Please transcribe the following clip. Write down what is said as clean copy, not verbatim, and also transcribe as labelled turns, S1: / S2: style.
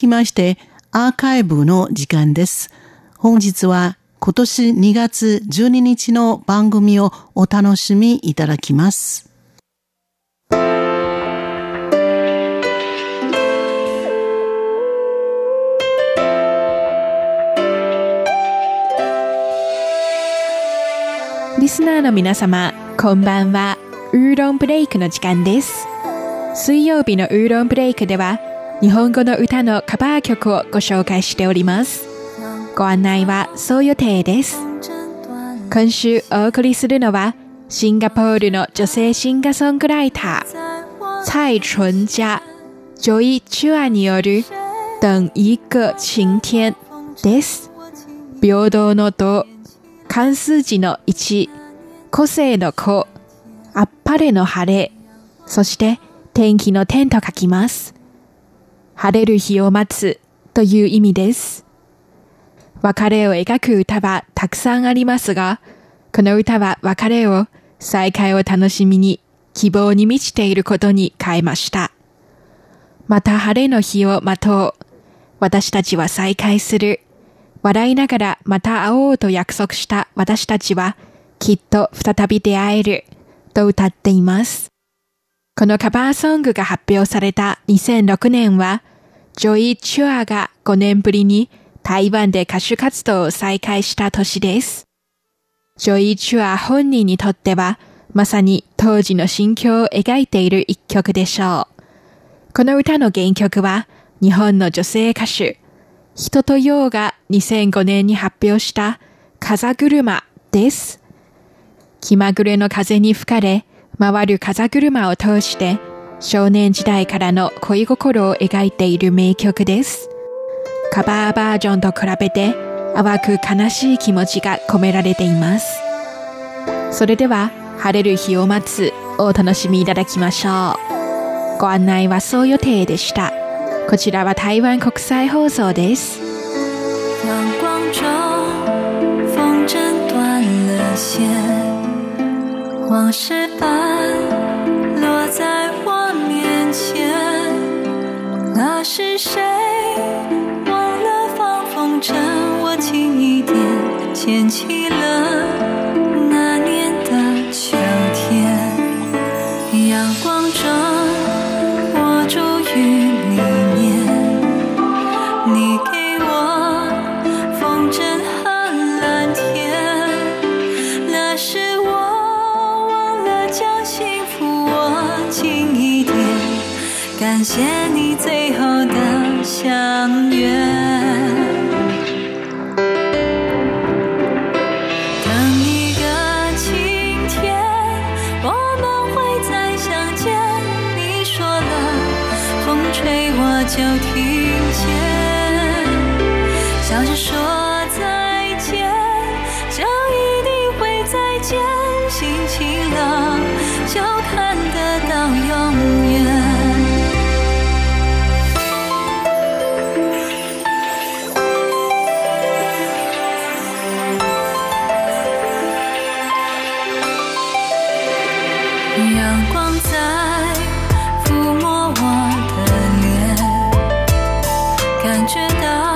S1: ましてアーカイブの時間です。本日は今年2月12日の番組をお楽しみいただきます。
S2: リスナーの皆様、こんばんは。ウーロンブレイクの時間です。水曜日のウーロンブレイクでは、日本語の歌のカバー曲をご紹介しております。ご案内はそう予定です。今週お送りするのは、シンガポールの女性シンガーソングライター、蔡淳佳、ジョイ・チュアによる、等一個晴天です。平等の等、漢数字の1、個性の個、あっぱれの晴れ、そして天気の天と書きます。晴れる日を待つという意味です。別れを描く歌はたくさんありますが、この歌は別れを、再会を楽しみに、希望に満ちていることに変えました。また晴れの日を待とう。私たちは再会する。笑いながらまた会おうと約束した私たちは、きっと再び出会える、と歌っています。このカバーソングが発表された2006年は、ジョイ・チュアが5年ぶりに台湾で歌手活動を再開した年です。ジョイ・チュア本人にとっては、まさに当時の心境を描いている一曲でしょう。この歌の原曲は、日本の女性歌手、人と陽が2005年に発表した風車です。気まぐれの風に吹かれ、回る風車を通して少年時代からの恋心を描いている名曲です。カバーバージョンと比べて淡く悲しい気持ちが込められています。それでは晴れる日を待つをお楽しみいただきましょう。ご案内はそう予定でした。こちらは台湾国際放送です。
S3: 阳光中风筝断了线，往事般落在我面前，那是谁忘了放风筝，我轻一点牵起了那年的秋天，阳光中我住于里面，你给我风筝和蓝天，那是感谢你最后的相约，等一个晴天，我们会再相见。你说了，风吹我就听见，笑着说再见，就一定会再见。心情了，就看得到永远。阳光在抚摸我的脸，感觉到